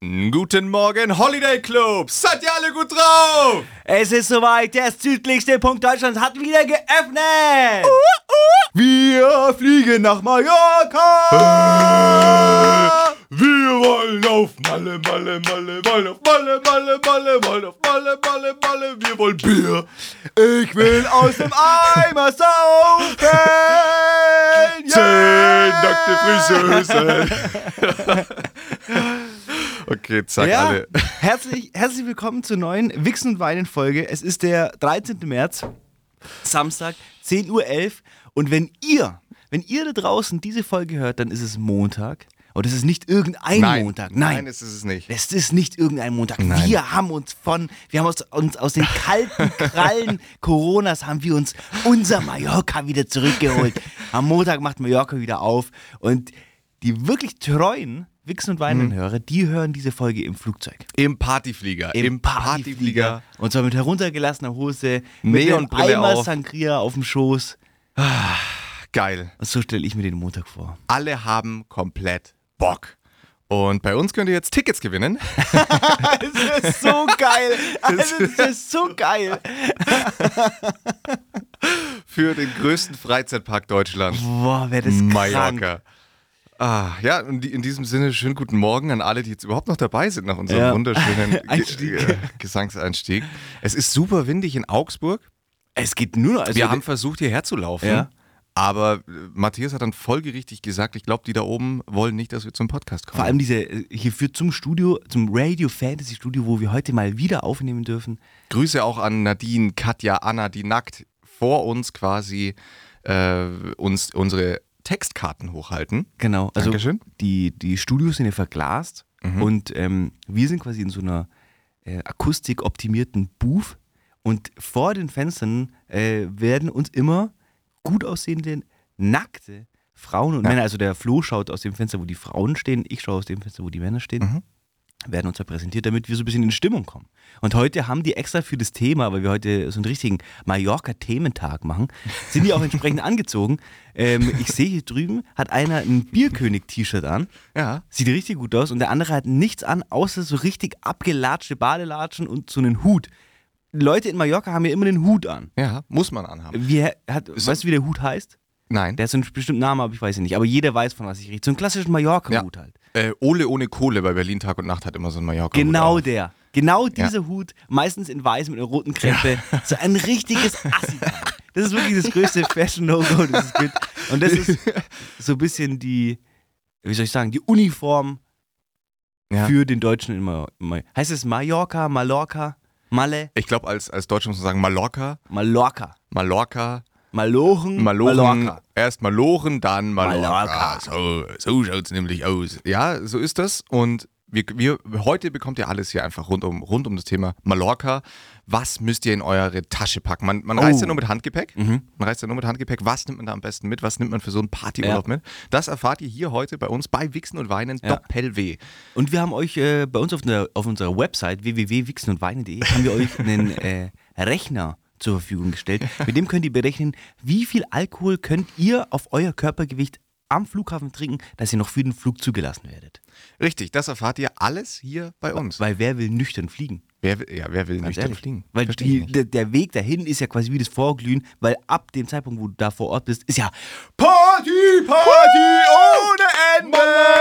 Guten Morgen, Holiday Club! Seid ihr alle gut drauf? Es ist soweit, der südlichste Punkt Deutschlands hat wieder geöffnet! Wir fliegen nach Mallorca! Wir wollen auf Malle, Malle, Malle, wollen auf Malle, Malle, Malle, wollen auf Malle, Malle, Malle, wir wollen Bier! Ich will aus dem Eimer saufen! 10 nackte Friseuse! Okay, zack, Ja, alle. herzlich willkommen zur neuen Wichsen und Weinen Folge. Es ist der 13. März, Samstag, 10:11 Uhr. Und wenn ihr da draußen diese Folge hört, dann ist es Montag. Und es ist nicht irgendein Montag. Nein, ist es nicht. Es ist nicht irgendein Montag. Nein. Wir haben uns aus den kalten Krallen Coronas haben wir uns unser Mallorca wieder zurückgeholt. Am Montag macht Mallorca wieder auf. Und die wirklich treuen Wichsen- und Weinen-Hörer, die hören diese Folge im Flugzeug. Im Partyflieger. Im Partyflieger. Und zwar mit heruntergelassener Hose, mit einem Neonbrille Eimer auf. Sangria auf dem Schoß. Geil. Und so stelle ich mir den Montag vor. Alle haben komplett Bock. Und bei uns könnt ihr jetzt Tickets gewinnen. Das ist so geil. Also, das ist so geil. Für den größten Freizeitpark Deutschlands. Boah, wäre das krank. Mallorca. Ja, und in diesem Sinne schönen guten Morgen an alle, die jetzt überhaupt noch dabei sind nach unserem wunderschönen Gesangseinstieg. Es ist super windig in Augsburg. Es geht nur noch. Also Wir haben versucht, hierher zu laufen. Ja. Aber Matthias hat dann folgerichtig gesagt, ich glaube, die da oben wollen nicht, dass wir zum Podcast kommen. vor allem hier führt zum Studio, zum Radio Fantasy Studio, wo wir heute mal wieder aufnehmen dürfen. Grüße auch an Nadine, Katja, Anna, die nackt vor uns quasi uns unsere Textkarten hochhalten. Genau, also Dankeschön. die Studios sind ja verglast und wir sind quasi in so einer akustikoptimierten Booth und vor den Fenstern werden uns immer gut aussehende, nackte Frauen und Männer, also der Flo schaut aus dem Fenster, wo die Frauen stehen, ich schaue aus dem Fenster, wo die Männer stehen, werden uns da präsentiert, damit wir so ein bisschen in Stimmung kommen. Und heute haben die extra für das Thema, weil wir heute so einen richtigen Mallorca-Thementag machen, sind die auch entsprechend angezogen. Ich sehe hier drüben, hat einer ein Bierkönig-T-Shirt an, Ja. sieht richtig gut aus und der andere hat nichts an, außer so richtig abgelatschte Badelatschen und so einen Hut. Leute in Mallorca haben ja immer einen Hut an. Ja, muss man anhaben. Weißt du, wie der Hut heißt? Nein. Der hat so einen bestimmten Namen, aber ich weiß ihn nicht. Aber jeder weiß, von was ich rede. So einen klassischen Mallorca-Hut halt. Ole ohne Kohle bei Berlin Tag und Nacht hat immer so einen Mallorca. Genau der. Genau dieser Hut, meistens in weiß mit einer roten Krempe. So ein richtiges assi. Das ist wirklich das größte Fashion-No-Go, das es gibt. Und das ist so ein bisschen die Uniform für den Deutschen immer. Heißt es Mallorca, Mallorca, Malle? Ich glaube, als Deutscher muss man sagen Mallorca. Mallorca. Malochen, Mallorca. Erst Malochen, dann Mallorca. So schaut's nämlich aus. Ja, so ist das. Und wir heute bekommt ihr alles hier einfach rund um das Thema Mallorca. Was müsst ihr in eure Tasche packen? Man reist ja nur mit Handgepäck. Was nimmt man da am besten mit? Was nimmt man für so einen Partyurlaub mit? Das erfahrt ihr hier heute bei uns bei Wichsen und Weinen Doppel-W. Und wir haben euch bei uns auf unserer Website www.wichsenundweinen.de haben wir euch einen Rechner zur Verfügung gestellt. Mit dem könnt ihr berechnen, wie viel Alkohol könnt ihr auf euer Körpergewicht am Flughafen trinken, dass ihr noch für den Flug zugelassen werdet. Richtig, das erfahrt ihr alles hier bei uns. Weil wer will nüchtern fliegen? Wer will nüchtern fliegen? Weil der Weg dahin ist ja quasi wie das Vorglühen, weil ab dem Zeitpunkt, wo du da vor Ort bist, ist ja Party ohne Ende!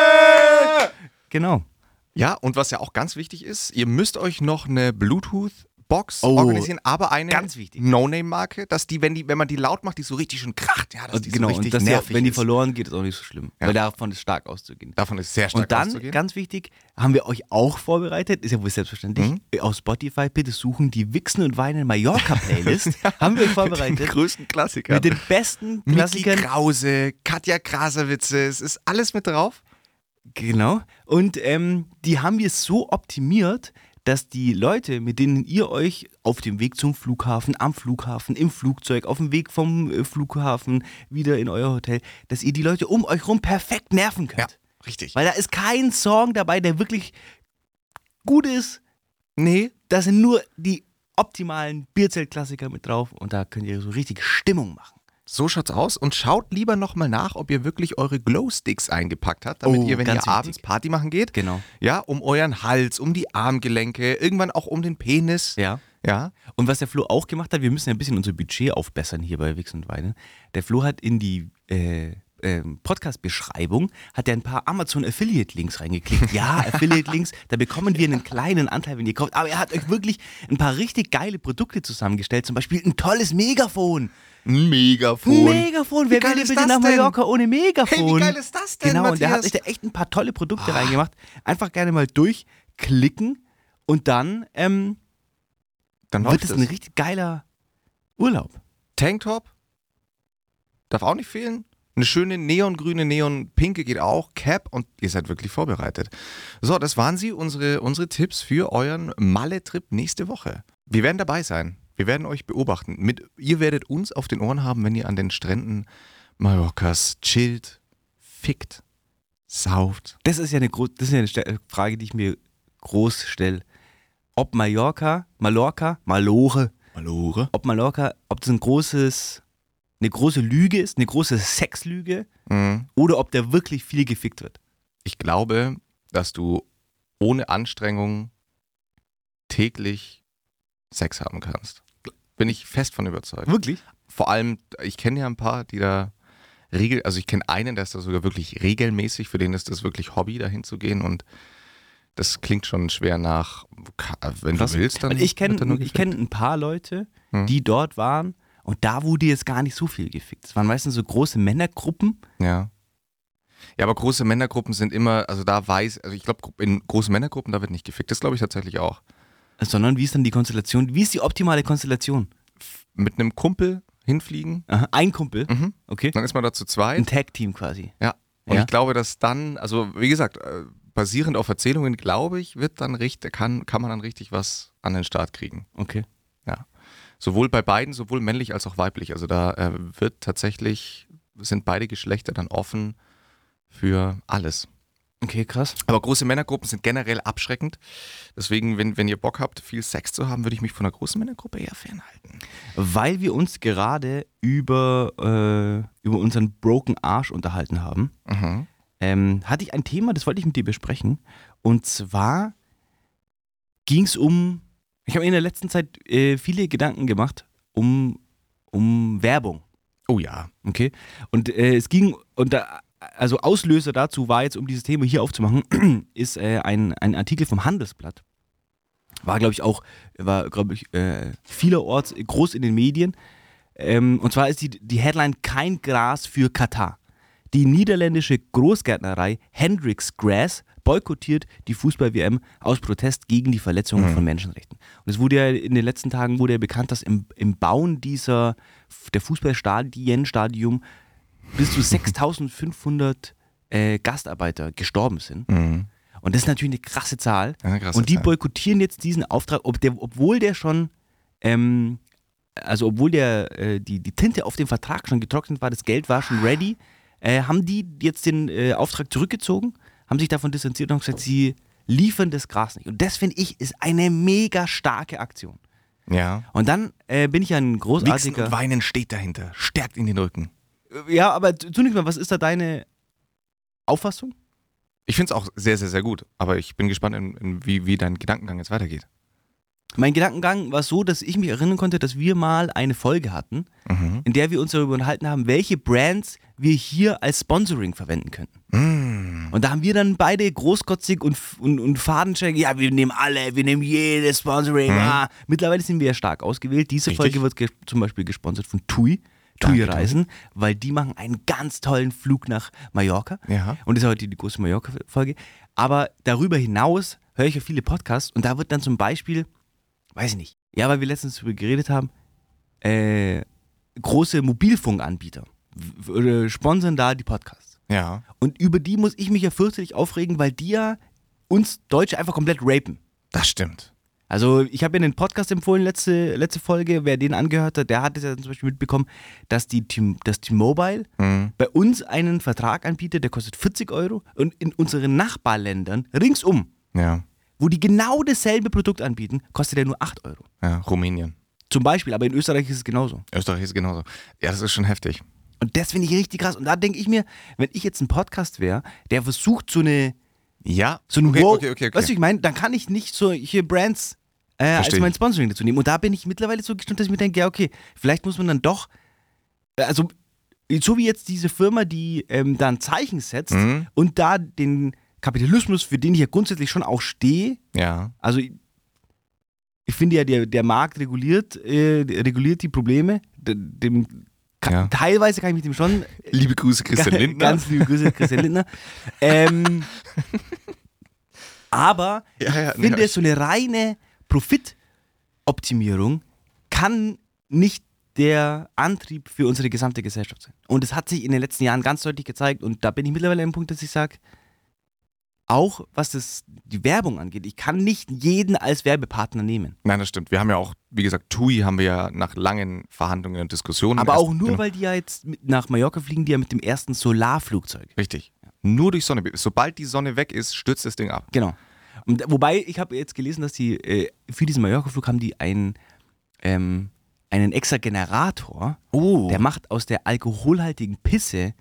Genau. Ja, und was ja auch ganz wichtig ist, ihr müsst euch noch eine Bluetooth-Box organisieren, aber eine ganz wichtig. No-Name-Marke, dass die, wenn man die laut macht, die so richtig schön kracht. Ja, dass die Genau, so richtig und dass nervig wenn die ist. verloren geht, ist auch nicht so schlimm. Ja. Weil davon ist stark auszugehen. Davon ist sehr stark Und dann, auszugehen. ganz wichtig, haben wir euch auch vorbereitet, ist ja wohl selbstverständlich, auf Spotify bitte suchen die Wichsen und Weinen Mallorca-Playlist. Haben wir euch vorbereitet. Mit den größten Klassikern. Mit den besten Micky Klassikern. Krause, Katja Krasavice, es ist alles mit drauf. Genau. Und die haben wir so optimiert, dass die Leute, mit denen ihr euch auf dem Weg zum Flughafen, am Flughafen, im Flugzeug, auf dem Weg vom Flughafen wieder in euer Hotel, dass ihr die Leute um euch rum perfekt nerven könnt. Ja, richtig. Weil da ist kein Song dabei, der wirklich gut ist. Nee. Da sind nur die optimalen Bierzeltklassiker mit drauf und da könnt ihr so richtig Stimmung machen. So schaut's aus. Und schaut lieber nochmal nach, ob ihr wirklich eure Glowsticks eingepackt habt, damit ihr, wenn ihr abends Party machen geht, ja, um euren Hals, um die Armgelenke, irgendwann auch um den Penis. Ja. Ja. Und was der Flo auch gemacht hat, wir müssen ja ein bisschen unser Budget aufbessern hier bei Wichs und Weine. Der Flo hat in die Podcast-Beschreibung hat er ein paar Amazon-Affiliate-Links reingeklickt. Ja, Affiliate-Links, da bekommen wir einen kleinen Anteil, wenn ihr kauft. Aber er hat euch wirklich ein paar richtig geile Produkte zusammengestellt. Zum Beispiel ein tolles Megafon. Ein Megafon. Ein Megafon. Wer will bitte nach Mallorca ohne Megafon? Hey, wie geil ist das denn, Genau, Matthias? und der hat euch da echt ein paar tolle Produkte reingemacht. Einfach gerne mal durchklicken und dann wird es ein richtig geiler Urlaub. Tanktop darf auch nicht fehlen. Eine schöne neongrüne, neonpinke geht auch. Cap und ihr seid wirklich vorbereitet. So, das waren sie, unsere Tipps für euren Malle-Trip nächste Woche. Wir werden dabei sein. Wir werden euch beobachten. Ihr werdet uns auf den Ohren haben, wenn ihr an den Stränden Mallorcas chillt, fickt, sauft. Das ist ja eine Frage, die ich mir groß stelle. Ob Mallorca, ob das eine große Lüge ist, eine große Sexlüge, oder ob da wirklich viel gefickt wird. Ich glaube, dass du ohne Anstrengung täglich Sex haben kannst. Bin ich fest von überzeugt. Wirklich? Vor allem, ich kenne ja ein paar, die da ich kenne einen, der ist da sogar wirklich regelmäßig, für den ist das wirklich Hobby, da hinzugehen, und das klingt schon schwer nach, wenn Krass. Du willst, dann. Ich kenne ein paar Leute, die dort waren, und da wurde jetzt gar nicht so viel gefickt. Es waren meistens so große Männergruppen. Ja. Ja, aber große Männergruppen sind immer, ich glaube, in großen Männergruppen, da wird nicht gefickt. Das glaube ich tatsächlich auch. Sondern wie ist dann die Konstellation? Wie ist die optimale Konstellation? Mit einem Kumpel hinfliegen. Aha, ein Kumpel? Mhm. Okay. Dann ist man da zu zweit. Ein Tag-Team quasi. Ja. Und ich glaube, dass dann, also wie gesagt, basierend auf Erzählungen, glaube ich, kann man dann richtig was an den Start kriegen. Okay. Ja. Sowohl bei beiden, sowohl männlich als auch weiblich. Also da sind beide Geschlechter dann offen für alles. Okay, krass. Aber große Männergruppen sind generell abschreckend. Deswegen, wenn ihr Bock habt, viel Sex zu haben, würde ich mich von einer großen Männergruppe eher fernhalten. Weil wir uns gerade über unseren Broken Arsch unterhalten haben, hatte ich ein Thema, das wollte ich mit dir besprechen. Und zwar ging es ich habe in der letzten Zeit viele Gedanken gemacht um Werbung. Oh ja. Okay. Und also Auslöser dazu war jetzt, um dieses Thema hier aufzumachen, ist ein Artikel vom Handelsblatt. War, glaube ich, vielerorts groß in den Medien. Und zwar ist die Headline: Kein Gras für Katar. Die niederländische Großgärtnerei Hendrix Grass boykottiert die Fußball-WM aus Protest gegen die Verletzungen von Menschenrechten. Und es wurde ja in den letzten Tagen bekannt, dass im Bauen der Fußballstadium bis zu 6.500 Gastarbeiter gestorben sind. Und das ist natürlich eine krasse Zahl. Ja, und die boykottieren jetzt diesen Auftrag, obwohl die Tinte auf dem Vertrag schon getrocknet war, das Geld war schon ready, haben die jetzt den Auftrag zurückgezogen, haben sich davon distanziert und gesagt, sie liefern das Gras nicht. Und das, finde ich, ist eine mega starke Aktion. Ja. Und dann bin ich ein großartiger... Wichsen und Weinen steht dahinter, stärkt in den Rücken. Ja, aber zunächst mal, was ist da deine Auffassung? Ich finde es auch sehr, sehr, sehr gut. Aber ich bin gespannt, wie dein Gedankengang jetzt weitergeht. Mein Gedankengang war so, dass ich mich erinnern konnte, dass wir mal eine Folge hatten, in der wir uns darüber unterhalten haben, welche Brands wir hier als Sponsoring verwenden könnten. Und da haben wir dann beide großkotzig und fadenscheinig, ja, wir nehmen jedes Sponsoring. Mittlerweile sind wir ja stark ausgewählt. Diese Folge wird zum Beispiel gesponsert von TUI Reisen, weil die machen einen ganz tollen Flug nach Mallorca. Ja. Und das ist heute die große Mallorca-Folge. Aber darüber hinaus höre ich ja viele Podcasts und da wird dann zum Beispiel, weiß ich nicht, ja, weil wir letztens darüber geredet haben, große Mobilfunkanbieter sponsern da die Podcasts. Ja. Und über die muss ich mich ja fürchterlich aufregen, weil die ja uns Deutsche einfach komplett rapen. Das stimmt. Also ich habe ja einen Podcast empfohlen, letzte Folge, wer den angehört hat, der hat es ja zum Beispiel mitbekommen, dass das T-Mobile bei uns einen Vertrag anbietet, der kostet 40 € und in unseren Nachbarländern ringsum, Ja. wo die genau dasselbe Produkt anbieten, kostet der nur 8 €. Ja, Rumänien. Zum Beispiel, aber in Österreich ist es genauso. Österreich ist genauso. Ja, das ist schon heftig. Und das finde ich richtig krass. Und da denke ich mir, wenn ich jetzt ein Podcast wäre, der versucht so eine... Ja, So ein okay. Weißt du, ich meine, dann kann ich nicht so hier Brands als mein Sponsoring dazu nehmen. Und da bin ich mittlerweile so gestimmt, dass ich mir denke, ja, okay, vielleicht muss man dann doch, also so wie jetzt diese Firma, die da ein Zeichen setzt und da den Kapitalismus, für den ich ja grundsätzlich schon auch stehe, also ich finde ja, der Markt reguliert die Probleme, teilweise kann ich mit dem schon... Liebe Grüße, Christian Lindner. Ganz liebe Grüße, Christian Lindner. Aber ich finde, so eine reine Profitoptimierung kann nicht der Antrieb für unsere gesamte Gesellschaft sein. Und es hat sich in den letzten Jahren ganz deutlich gezeigt und da bin ich mittlerweile am Punkt, dass ich sage, auch was die Werbung angeht, ich kann nicht jeden als Werbepartner nehmen. Nein, das stimmt. Wir haben ja auch, wie gesagt, TUI haben wir ja nach langen Verhandlungen und Diskussionen. Aber auch nur, weil die ja jetzt nach Mallorca fliegen, die ja mit dem ersten Solarflugzeug. Richtig. Ja. Nur durch Sonne. Sobald die Sonne weg ist, stürzt das Ding ab. Genau. Und wobei, ich habe jetzt gelesen, dass die für diesen Mallorca-Flug haben die einen extra Generator, der macht aus der alkoholhaltigen Pisse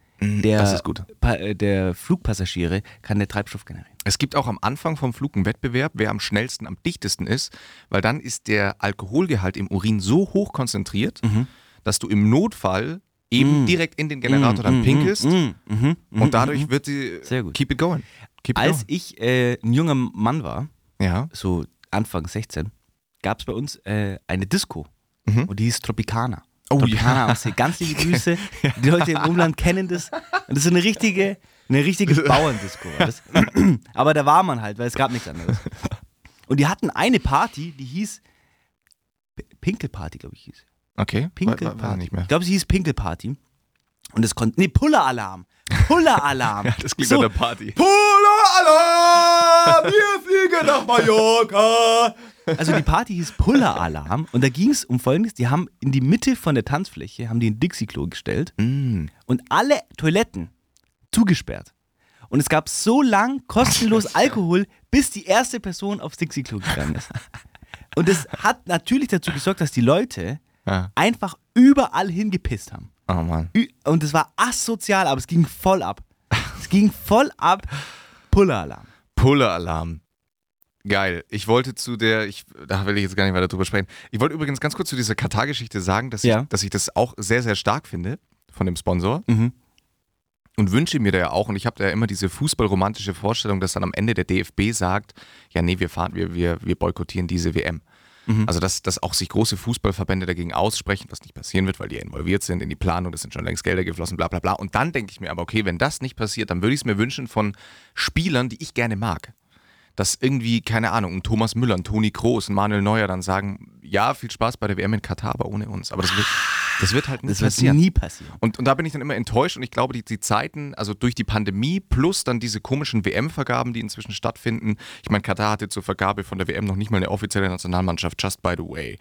der Flugpassagiere, kann der Treibstoff generieren. Es gibt auch am Anfang vom Flug einen Wettbewerb, wer am schnellsten, am dichtesten ist, weil dann ist der Alkoholgehalt im Urin so hoch konzentriert, dass du im Notfall eben direkt in den Generator dann pinkelst und dadurch wird sie keep it going. Als ich ein junger Mann war, ja, so Anfang 16, gab es bei uns eine Disco und die hieß Tropicana. Tropicana aus See. Ganz liebe Grüße. Die Leute im Umland kennen das. Und das ist eine richtige Bauerndisco. Aber da war man halt, weil es gab nichts anderes. Und die hatten eine Party, die hieß Pinkelparty, glaube ich, hieß. Okay. Pinkelparty. War nicht mehr. Ich glaube, sie hieß Pinkelparty. Und es konnte. Nee, Puller-Alarm. Puller-Alarm. Ja, das klingt an der Party. Puller-Alarm! Wir fliegen nach Mallorca! Also die Party hieß Puller-Alarm und da ging es um Folgendes, die haben in die Mitte von der Tanzfläche, haben die ein Dixie-Klo gestellt und alle Toiletten zugesperrt. Und es gab so lang kostenlos Alkohol, bis die erste Person aufs Dixie-Klo gegangen ist. Und das hat natürlich dazu gesorgt, dass die Leute einfach überall hingepisst haben. Oh Mann. Und es war asozial, aber es ging voll ab. Es ging voll ab. Puller-Alarm. Puller-Alarm. Geil. Ich wollte da will ich jetzt gar nicht weiter drüber sprechen. Ich wollte übrigens ganz kurz zu dieser Katar-Geschichte sagen, dass ich das auch sehr, sehr stark finde von dem Sponsor und wünsche mir da ja auch, und ich habe da ja immer diese fußballromantische Vorstellung, dass dann am Ende der DFB sagt, ja nee, wir boykottieren diese WM. Also dass auch sich große Fußballverbände dagegen aussprechen, was nicht passieren wird, weil die ja involviert sind in die Planung, das sind schon längst Gelder geflossen, bla bla bla. Und dann denke ich mir aber, okay, wenn das nicht passiert, dann würde ich es mir wünschen von Spielern, die ich gerne mag. Dass irgendwie, keine Ahnung, ein Thomas Müller, ein Toni Kroos, ein Manuel Neuer dann sagen, ja, viel Spaß bei der WM in Katar, aber ohne uns. Aber das wird halt nicht passieren. Nie passieren. Und da bin ich dann immer enttäuscht und ich glaube, die Zeiten, also durch die Pandemie plus dann diese komischen WM-Vergaben, die inzwischen stattfinden. Ich meine, Katar hatte zur Vergabe von der WM noch nicht mal eine offizielle Nationalmannschaft, just by the way.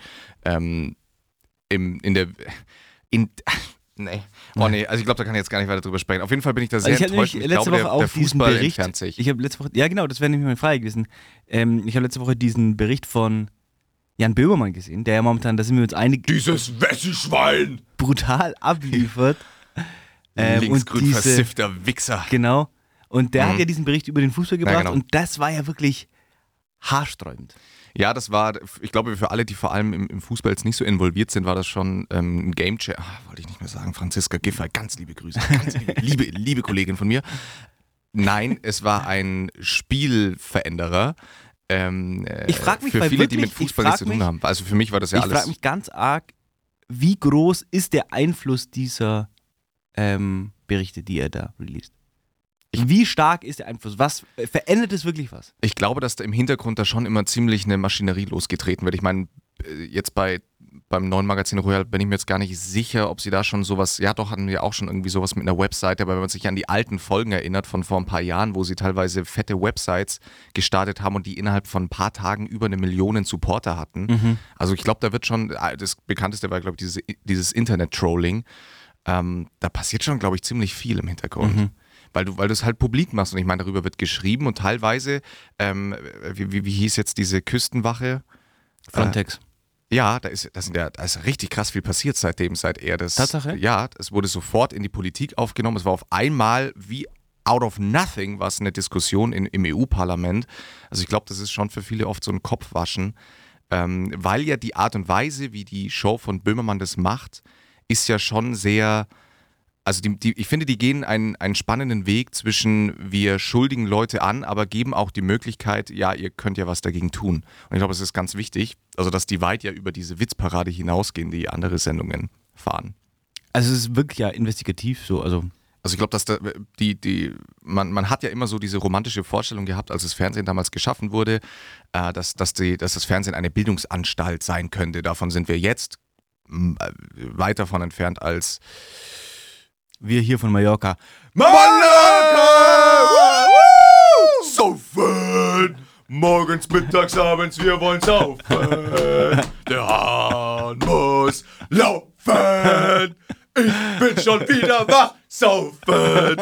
Nee. Oh nee, also ich glaube, da kann ich jetzt gar nicht weiter drüber sprechen. Auf jeden Fall bin ich da sehr enttäuscht. Ich glaube, der Fußball entfernt sich. Ich habe letzte Woche, ja genau, das wäre nämlich meine Frage gewesen. Ich habe letzte Woche diesen Bericht von Jan Böhmermann gesehen, der ja momentan, da sind wir uns einig, dieses Wessi-Schwein brutal abliefert. Linksgrün versiffter Wichser. Genau. Und der hat ja diesen Bericht über den Fußball gebracht und das war ja wirklich haarsträubend. Ja, das war, ich glaube, für alle, die vor allem im Fußball jetzt nicht so involviert sind, war das schon ein Gamechanger. Wollte ich nicht mehr sagen. Franziska Giffey, ganz liebe Grüße. Ganz liebe Kollegin von mir. Nein, es war ein Spielveränderer. Ich frage mich für viele, wirklich, die mit Fußball nichts zu tun haben. Also für mich war das ja alles. Ich frage mich ganz arg, wie groß ist der Einfluss dieser Berichte, die er da released? Wie stark ist der Einfluss? Was verändert es wirklich was? Ich glaube, dass da im Hintergrund da schon immer ziemlich eine Maschinerie losgetreten wird. Ich meine, jetzt beim neuen Magazin Royal bin ich mir jetzt gar nicht sicher, ob sie da schon sowas, ja doch, hatten wir auch schon irgendwie sowas mit einer Webseite, aber wenn man sich an die alten Folgen erinnert von vor ein paar Jahren, wo sie teilweise fette Websites gestartet haben und die innerhalb von ein paar Tagen über 1 Million Supporter hatten. Also ich glaube, da wird schon, das bekannteste war, glaube ich, dieses Internet-Trolling. Da passiert schon, glaube ich, ziemlich viel im Hintergrund. Weil du es halt publik machst und ich meine, darüber wird geschrieben und teilweise, wie hieß jetzt diese Küstenwache? Frontex. Ja, da ist richtig krass viel passiert seit er das. Tatsache? Ja, es wurde sofort in die Politik aufgenommen. Es war auf einmal wie out of nothing was eine Diskussion im EU-Parlament. Also ich glaube, das ist schon für viele oft so ein Kopfwaschen, weil ja die Art und Weise, wie die Show von Böhmermann das macht, ist ja schon sehr. Also ich finde, die gehen einen spannenden Weg zwischen, wir schuldigen Leute an, aber geben auch die Möglichkeit, ja, ihr könnt ja was dagegen tun. Und ich glaube, es ist ganz wichtig, also dass die weit ja über diese Witzparade hinausgehen, die andere Sendungen fahren. Also es ist wirklich ja investigativ so, also ich glaube, dass man hat ja immer so diese romantische Vorstellung gehabt, als das Fernsehen damals geschaffen wurde, dass das Fernsehen eine Bildungsanstalt sein könnte. Davon sind wir jetzt weit davon entfernt als wir hier von Mallorca. Mallorca! Saufen! Morgens, mittags, abends, wir wollen saufen. Der Hahn muss laufen. Ich bin schon wieder wach. Saufen!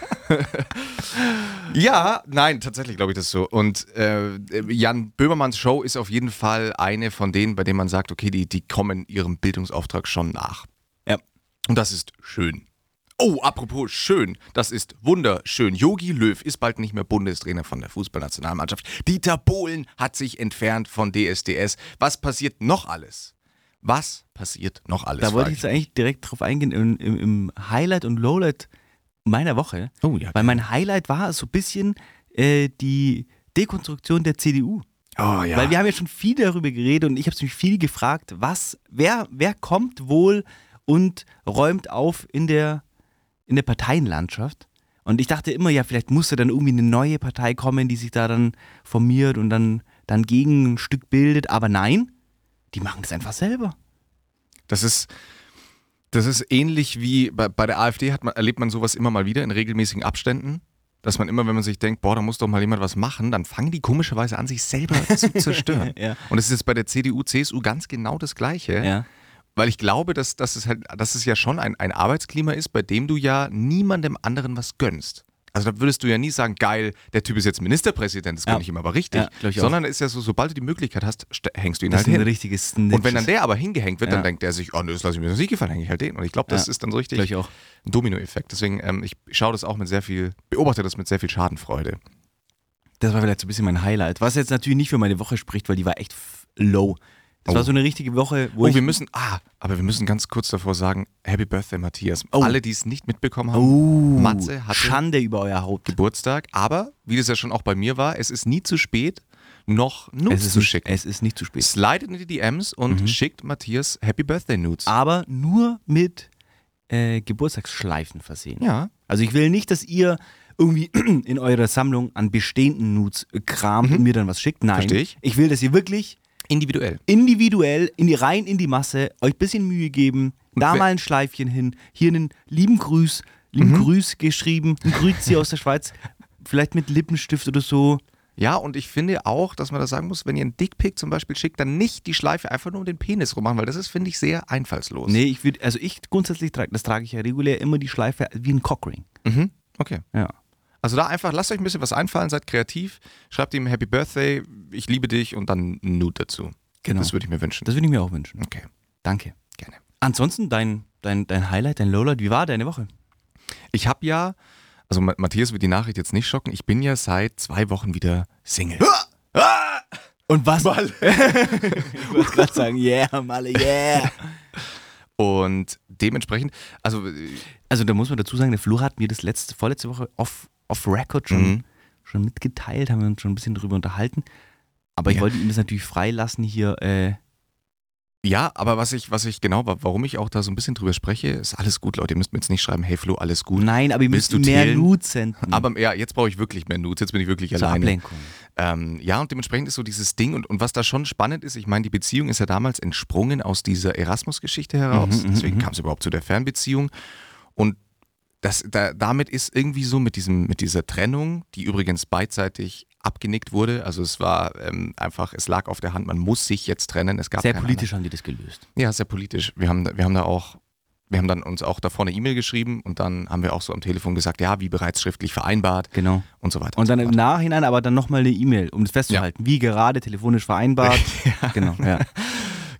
Ja, nein, tatsächlich glaube ich das so. Und Jan Böhmermanns Show ist auf jeden Fall eine von denen, bei denen man sagt, okay, die kommen ihrem Bildungsauftrag schon nach. Ja. Und das ist schön. Oh, apropos schön, das ist wunderschön. Jogi Löw ist bald nicht mehr Bundestrainer von der Fußballnationalmannschaft. Dieter Bohlen hat sich entfernt von DSDS. Was passiert noch alles? Was passiert noch alles? Da wollte ich jetzt eigentlich direkt drauf eingehen, im Highlight und Lowlight meiner Woche. Oh, ja. Weil mein Highlight war so ein bisschen die Dekonstruktion der CDU. Oh, ja. Weil wir haben ja schon viel darüber geredet und ich habe mich viel gefragt, wer kommt wohl und räumt auf in der Parteienlandschaft. Und ich dachte immer, ja, vielleicht muss da dann irgendwie eine neue Partei kommen, die sich da dann formiert und dann gegen ein Stück bildet. Aber nein, die machen das einfach selber. Das ist ähnlich wie bei der AfD erlebt man sowas immer mal wieder in regelmäßigen Abständen, dass man immer, wenn man sich denkt, boah, da muss doch mal jemand was machen, dann fangen die komischerweise an, sich selber zu zerstören. Ja. Und es ist jetzt bei der CDU, CSU ganz genau das Gleiche. Ja. Weil ich glaube, dass es ja schon ein Arbeitsklima ist, bei dem du ja niemandem anderen was gönnst. Also da würdest du ja nie sagen, geil, der Typ ist jetzt Ministerpräsident, das gönne ich ihm aber richtig. Ja, sondern es ist ja so, sobald du die Möglichkeit hast, hängst du ihn Das halt ist ein hin. richtiges Snitches. Und wenn dann der aber hingehängt wird, Ja. dann denkt der sich, oh, das lasse ich mir nicht gefallen, hänge ich halt den. Und ich glaube, das ist dann so richtig Glaub ich auch. ein Dominoeffekt. Deswegen, ich schaue das auch beobachte das mit sehr viel Schadenfreude. Das war vielleicht so ein bisschen mein Highlight. Was jetzt natürlich nicht für meine Woche spricht, weil die war echt low. Das war so eine richtige Woche, wo wir müssen ganz kurz davor sagen, Happy Birthday, Matthias. Alle, die es nicht mitbekommen haben, Matze hatte Schande über euer Haupt. Geburtstag, aber, wie das ja schon auch bei mir war, es ist nie zu spät, noch Nudes zu schicken. Es ist nicht zu spät. Slidet in die DMs und schickt Matthias Happy Birthday Nudes. Aber nur mit Geburtstagsschleifen versehen. Ja. Also ich will nicht, dass ihr irgendwie in eurer Sammlung an bestehenden Nudes kramt und mir dann was schickt. Nein. Versteh ich. Ich will, dass ihr wirklich Individuell. rein in die Masse, euch ein bisschen Mühe geben, da wer- mal ein Schleifchen hin, hier einen lieben Grüß geschrieben, ein Grüezi aus der Schweiz, vielleicht mit Lippenstift oder so. Ja, und ich finde auch, dass man da sagen muss, wenn ihr einen Dickpick zum Beispiel schickt, dann nicht die Schleife einfach nur um den Penis rummachen, weil das ist, finde ich, sehr einfallslos. Nee, ich grundsätzlich trage ich ja regulär immer die Schleife wie ein Cockring. Mhm. Okay. Ja. Also da einfach, lasst euch ein bisschen was einfallen, seid kreativ, schreibt ihm Happy Birthday, ich liebe dich und dann ein Nude dazu. Genau. Das würde ich mir wünschen. Das würde ich mir auch wünschen. Okay, Danke. gerne. Ansonsten dein Highlight, dein Lowlight, wie war deine Woche? Ich habe ja, also Matthias wird die Nachricht jetzt nicht schocken, ich bin ja seit 2 Wochen wieder Single. Und was? Malle. Ich wollte gerade sagen, yeah, Malle, yeah. Und dementsprechend, also Da muss man dazu sagen, der Flo hat mir das vorletzte Woche off-Record schon mitgeteilt, haben wir uns schon ein bisschen drüber unterhalten. Aber ich wollte ihm das natürlich freilassen hier. ja, aber warum ich auch da so ein bisschen drüber spreche, ist alles gut, Leute. Ihr müsst mir jetzt nicht schreiben, hey Flo, alles gut. Nein, aber ihr Willst müsst du mehr teilen? Nudes senden. Aber ja, jetzt brauche ich wirklich mehr Nudes, jetzt bin ich wirklich zur alleine. Ablenkung. Ja, und dementsprechend ist so dieses Ding und was da schon spannend ist, ich meine, die Beziehung ist ja damals entsprungen aus dieser Erasmus-Geschichte heraus, deswegen kam es überhaupt zu der Fernbeziehung und damit ist irgendwie so mit dieser Trennung, die übrigens beidseitig abgenickt wurde, also es war einfach, es lag auf der Hand, man muss sich jetzt trennen. Es gab Sehr keine politisch haben die das gelöst. Ja, sehr politisch. Wir haben dann uns auch davor eine E-Mail geschrieben und dann haben wir auch so am Telefon gesagt, ja, wie bereits schriftlich vereinbart Genau. und so weiter. Und dann so im fort. Nachhinein aber dann nochmal eine E-Mail, um das festzuhalten, wie gerade telefonisch vereinbart. Genau, ja.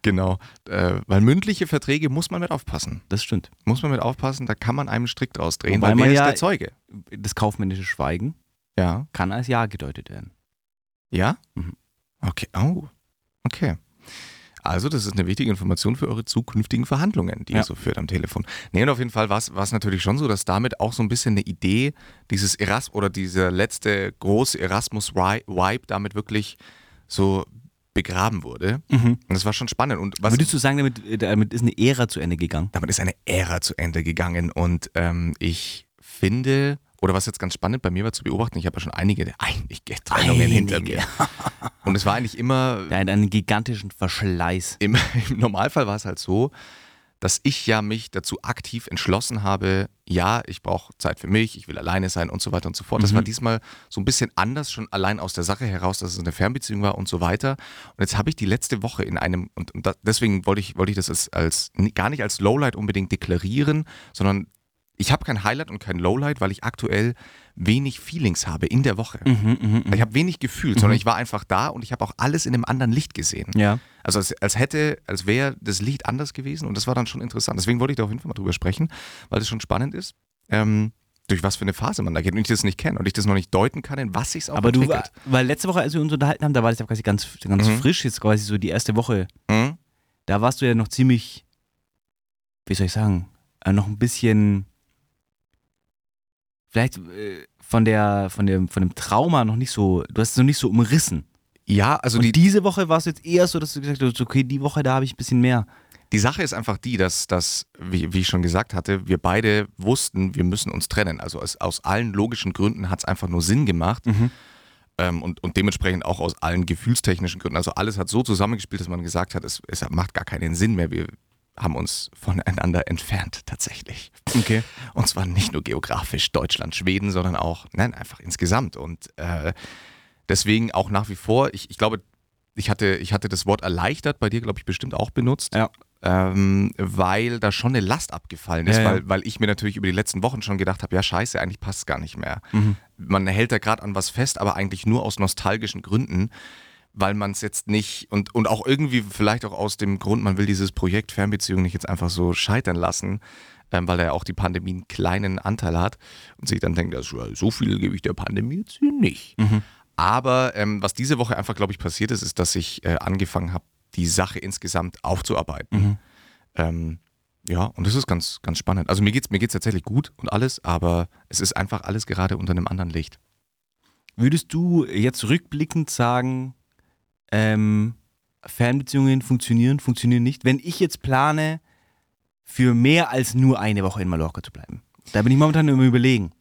Genau. Weil mündliche Verträge muss man mit aufpassen. Das stimmt. Muss man mit aufpassen, da kann man einem Strick draus drehen, Wobei weil man wer ist ja- der Zeuge? Das kaufmännische Schweigen Ja. kann als Ja gedeutet werden. Ja? Mhm. Okay. Oh. Okay. Also, das ist eine wichtige Information für eure zukünftigen Verhandlungen, die ihr so führt am Telefon. Nee, und auf jeden Fall war es natürlich schon so, dass damit auch so ein bisschen eine Idee, dieser letzte große Erasmus-Vibe damit wirklich so begraben wurde. Und das war schon spannend. Und Würdest du sagen, damit ist eine Ära zu Ende gegangen? damit ist eine Ära zu Ende gegangen und ich finde, oder was jetzt ganz spannend bei mir war zu beobachten, ich habe ja schon einige Trennungen hinter mir. Und es war eigentlich immer, Der hat einen gigantischen Verschleiß. im Normalfall war es halt so, dass ich ja mich dazu aktiv entschlossen habe, ja, ich brauche Zeit für mich, ich will alleine sein und so weiter und so fort. Das war diesmal so ein bisschen anders, schon allein aus der Sache heraus, dass es eine Fernbeziehung war und so weiter. Und jetzt habe ich die letzte Woche in einem, deswegen wollte ich das gar nicht als Lowlight unbedingt deklarieren, sondern ich habe kein Highlight und kein Lowlight, weil ich aktuell wenig Feelings habe in der Woche. Ich habe wenig gefühlt, sondern ich war einfach da und ich habe auch alles in einem anderen Licht gesehen. Ja. Also als wäre das Licht anders gewesen und das war dann schon interessant. Deswegen wollte ich da auf jeden Fall mal drüber sprechen, weil das schon spannend ist, durch was für eine Phase man da geht und ich das nicht kenne und ich das noch nicht deuten kann, in was sich es auch Aber entwickelt. weil letzte Woche, als wir uns unterhalten haben, da war das ja quasi ganz frisch, jetzt quasi so die erste Woche. Mhm. Da warst du ja noch ziemlich, wie soll ich sagen, noch ein bisschen, vielleicht von dem Trauma noch nicht so, du hast es noch nicht so umrissen. Ja, also Und diese Woche war es jetzt eher so, dass du gesagt hast, okay, die Woche, da habe ich ein bisschen mehr. die Sache ist einfach die, dass wie ich schon gesagt hatte, wir beide wussten, wir müssen uns trennen. Also aus allen logischen Gründen hat es einfach nur Sinn gemacht. Und dementsprechend auch aus allen gefühlstechnischen Gründen. Also alles hat so zusammengespielt, dass man gesagt hat, es macht gar keinen Sinn mehr. Wir haben uns voneinander entfernt tatsächlich. Okay. Und zwar nicht nur geografisch Deutschland, Schweden, sondern auch, nein, einfach insgesamt. Und deswegen auch nach wie vor, ich glaube, ich hatte das Wort erleichtert bei dir, glaube ich, bestimmt auch benutzt. Ja. Weil da schon eine Last abgefallen ist, Ja, ja. weil ich mir natürlich über die letzten Wochen schon gedacht habe, ja scheiße, eigentlich passt es gar nicht mehr. Man hält da gerade an was fest, aber eigentlich nur aus nostalgischen Gründen, weil man es jetzt nicht und auch irgendwie vielleicht auch aus dem Grund, man will dieses Projekt Fernbeziehung nicht jetzt einfach so scheitern lassen, weil da ja auch die Pandemie einen kleinen Anteil hat und sich dann denkt, so viel gebe ich der Pandemie jetzt hier nicht. Aber was diese Woche einfach, glaube ich, passiert ist, dass ich angefangen habe, die Sache insgesamt aufzuarbeiten. Ja, und das ist ganz, ganz spannend. Also mir geht's tatsächlich gut und alles, aber es ist einfach alles gerade unter einem anderen Licht. Würdest du jetzt rückblickend sagen, Fernbeziehungen funktionieren nicht? Wenn ich jetzt plane, für mehr als nur eine Woche in Mallorca zu bleiben. Da bin ich momentan immer überlegen.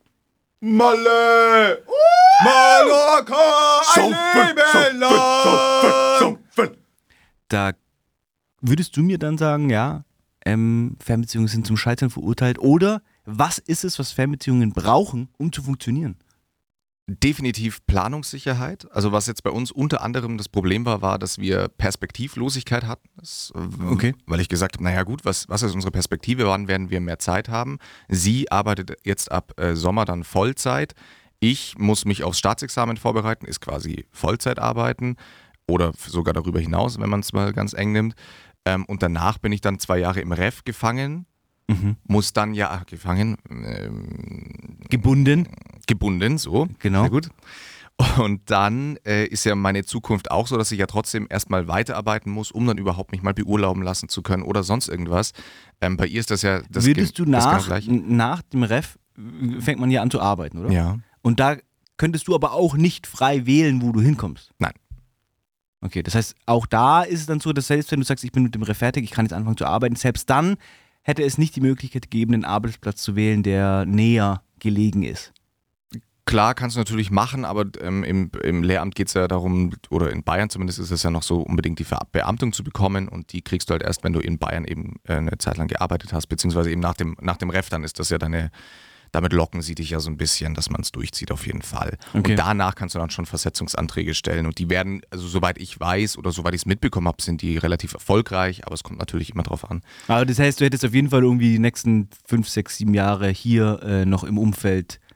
Malle! Mallorca! Ein Leben lang! Da würdest du mir dann sagen, ja, Fernbeziehungen sind zum Scheitern verurteilt? Oder was ist es, was Fernbeziehungen brauchen, um zu funktionieren? Definitiv Planungssicherheit. Also was jetzt bei uns unter anderem das Problem war, dass wir Perspektivlosigkeit hatten. Okay. Weil ich gesagt habe, naja gut, was ist unsere Perspektive? Wann werden wir mehr Zeit haben? Sie arbeitet jetzt ab Sommer dann Vollzeit. Ich muss mich aufs Staatsexamen vorbereiten, ist quasi Vollzeitarbeiten oder sogar darüber hinaus, wenn man es mal ganz eng nimmt. Und danach bin ich dann 2 Jahre im Ref gefangen. Muss dann gebunden, so. Genau. Sehr gut. Und dann ist ja meine Zukunft auch so, dass ich ja trotzdem erstmal weiterarbeiten muss, um dann überhaupt mich mal beurlauben lassen zu können oder sonst irgendwas. Bei ihr ist das ja das Würdest du das genau nach gleich. dem Ref, fängt man ja an zu arbeiten, oder? Ja. Und da könntest du aber auch nicht frei wählen, wo du hinkommst. Nein. Okay, das heißt, auch da ist es dann so, dass selbst wenn du sagst, ich bin mit dem Ref fertig, ich kann jetzt anfangen zu arbeiten, selbst dann hätte es nicht die Möglichkeit gegeben, einen Arbeitsplatz zu wählen, der näher gelegen ist. Klar, kannst du natürlich machen, aber im Lehramt geht es ja darum, oder in Bayern zumindest ist es ja noch so, unbedingt die Beamtung zu bekommen und die kriegst du halt erst, wenn du in Bayern eben eine Zeit lang gearbeitet hast, beziehungsweise eben nach dem Ref, dann ist das ja damit locken sie dich ja so ein bisschen, dass man es durchzieht auf jeden Fall. Okay. Und danach kannst du dann schon Versetzungsanträge stellen und die werden, also soweit ich weiß oder soweit ich es mitbekommen habe, sind die relativ erfolgreich, aber es kommt natürlich immer drauf an. Aber das heißt, du hättest auf jeden Fall irgendwie die nächsten 5, 6, 7 Jahre hier noch im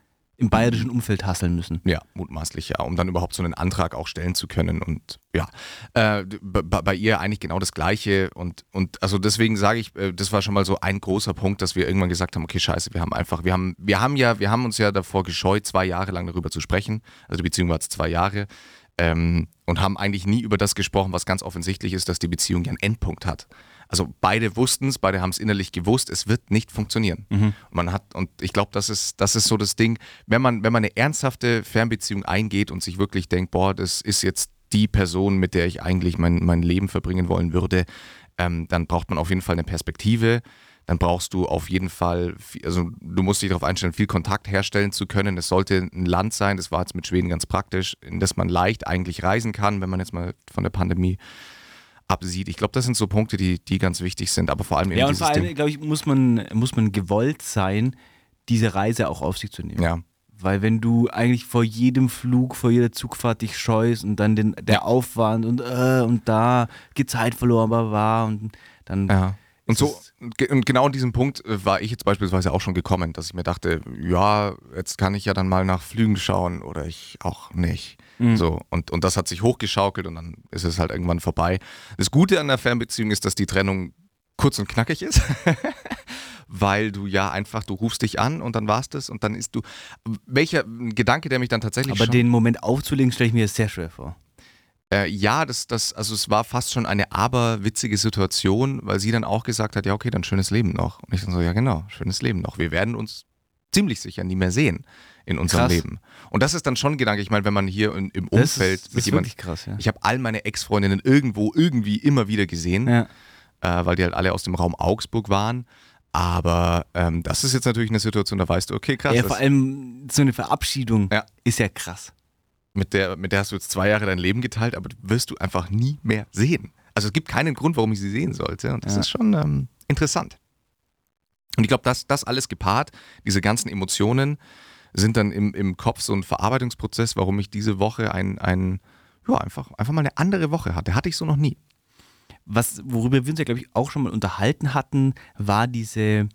im bayerischen Umfeld hasseln müssen. Ja, mutmaßlich, ja, um dann überhaupt so einen Antrag auch stellen zu können. Und ja, bei ihr eigentlich genau das Gleiche. Und also deswegen sage ich, das war schon mal so ein großer Punkt, dass wir irgendwann gesagt haben, okay, scheiße, wir haben uns ja davor gescheut, 2 Jahre lang darüber zu sprechen. Also die Beziehung war jetzt 2 Jahre. Und haben eigentlich nie über das gesprochen, was ganz offensichtlich ist, dass die Beziehung ja einen Endpunkt hat. Also beide wussten es, beide haben es innerlich gewusst, es wird nicht funktionieren. Und ich glaube, das ist so das Ding, wenn man eine ernsthafte Fernbeziehung eingeht und sich wirklich denkt, boah, das ist jetzt die Person, mit der ich eigentlich mein Leben verbringen wollen würde, dann braucht man auf jeden Fall eine Perspektive. Dann brauchst du auf jeden Fall, also du musst dich darauf einstellen, viel Kontakt herstellen zu können. Es sollte ein Land sein, das war jetzt mit Schweden ganz praktisch, in das man leicht eigentlich reisen kann, wenn man jetzt mal von der Pandemie absieht. Ich glaube, das sind so Punkte, die ganz wichtig sind, aber vor allem eben dieses Ding. Ja, und vor allem, glaube ich, muss man gewollt sein, diese Reise auch auf sich zu nehmen. Ja. Weil wenn du eigentlich vor jedem Flug, vor jeder Zugfahrt dich scheust und dann der Aufwand und da geht Zeit verloren, und dann... Ja. Und genau an diesem Punkt war ich jetzt beispielsweise auch schon gekommen, dass ich mir dachte, ja, jetzt kann ich ja dann mal nach Flügen schauen oder ich auch nicht. So, und das hat sich hochgeschaukelt und dann ist es halt irgendwann vorbei. Das Gute an der Fernbeziehung ist, dass die Trennung kurz und knackig ist, weil du ja einfach, du rufst dich an und dann war's das und dann ist du, welcher Gedanke, der mich dann tatsächlich Aber den Moment aufzulegen, stelle ich mir sehr schwer vor. Ja, also es war fast schon eine aberwitzige Situation, weil sie dann auch gesagt hat, ja okay, dann schönes Leben noch. Und ich dann so, ja genau, schönes Leben noch. Wir werden uns ziemlich sicher nie mehr sehen in unserem Leben. Und das ist dann schon ein Gedanke, ich meine, wenn man hier im Umfeld mit jemandem, krass, ja. Ich habe all meine Ex-Freundinnen irgendwie immer wieder gesehen, weil die halt alle aus dem Raum Augsburg waren. Aber das ist jetzt natürlich eine Situation, da weißt du, okay, krass. Ja, vor allem so eine Verabschiedung ist ja krass. Mit der hast du jetzt 2 Jahre dein Leben geteilt, aber wirst du einfach nie mehr sehen. Also es gibt keinen Grund, warum ich sie sehen sollte. Und das ist schon interessant. Und ich glaube, das alles gepaart, diese ganzen Emotionen, sind dann im Kopf so ein Verarbeitungsprozess, warum ich diese Woche einfach mal eine andere Woche hatte. Hatte ich so noch nie. Worüber wir uns ja, glaube ich, auch schon mal unterhalten hatten, war diese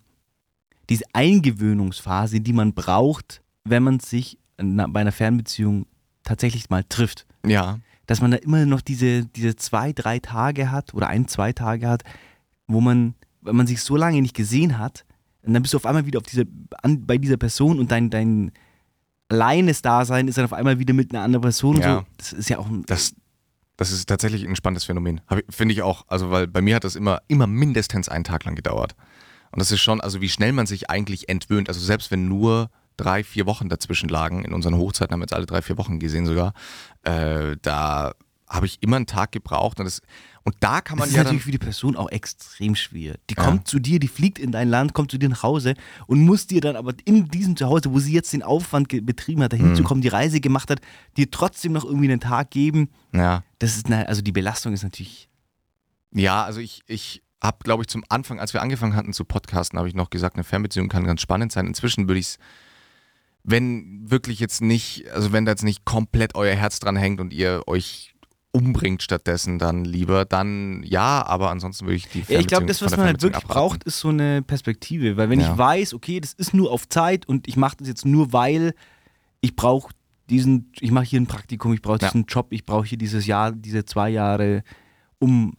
Eingewöhnungsphase, die man braucht, wenn man sich bei einer Fernbeziehung tatsächlich mal trifft. Ja. Dass man da immer noch diese 2-3 Tage hat oder 1-2 Tage hat, wo man, wenn man sich so lange nicht gesehen hat, und dann bist du auf einmal wieder bei dieser Person und dein alleines Dasein ist dann auf einmal wieder mit einer anderen Person. Ja. So. Das ist ja auch das ist tatsächlich ein spannendes Phänomen. Finde ich auch. Also, weil bei mir hat das immer mindestens einen Tag lang gedauert. Und das ist schon, also wie schnell man sich eigentlich entwöhnt. Also selbst wenn nur 3-4 Wochen dazwischen lagen, in unseren Hochzeiten haben wir jetzt alle 3-4 Wochen gesehen sogar, da habe ich immer einen Tag gebraucht und da kann man das ist natürlich für die Person auch extrem schwer. Die kommt zu dir, die fliegt in dein Land, kommt zu dir nach Hause und muss dir dann aber in diesem Zuhause, wo sie jetzt den Aufwand betrieben hat, dahin zu kommen, die Reise gemacht hat, dir trotzdem noch irgendwie einen Tag geben. Ja. Das ist also die Belastung ist natürlich... Ja, also ich habe, glaube ich, zum Anfang, als wir angefangen hatten zu podcasten, habe ich noch gesagt, eine Fernbeziehung kann ganz spannend sein. Inzwischen würde ich es, wenn wirklich jetzt nicht, also wenn da jetzt nicht komplett euer Herz dran hängt und ihr euch umbringt stattdessen dann lieber, dann ja, aber ansonsten würde ich die Fernbeziehung ich glaube, das, was man halt wirklich braucht, ist so eine Perspektive, weil wenn ich weiß, okay, das ist nur auf Zeit und ich mache das jetzt nur, weil ich mache hier ein Praktikum, ich brauche diesen Job, ich brauche hier diese 2 Jahre, wo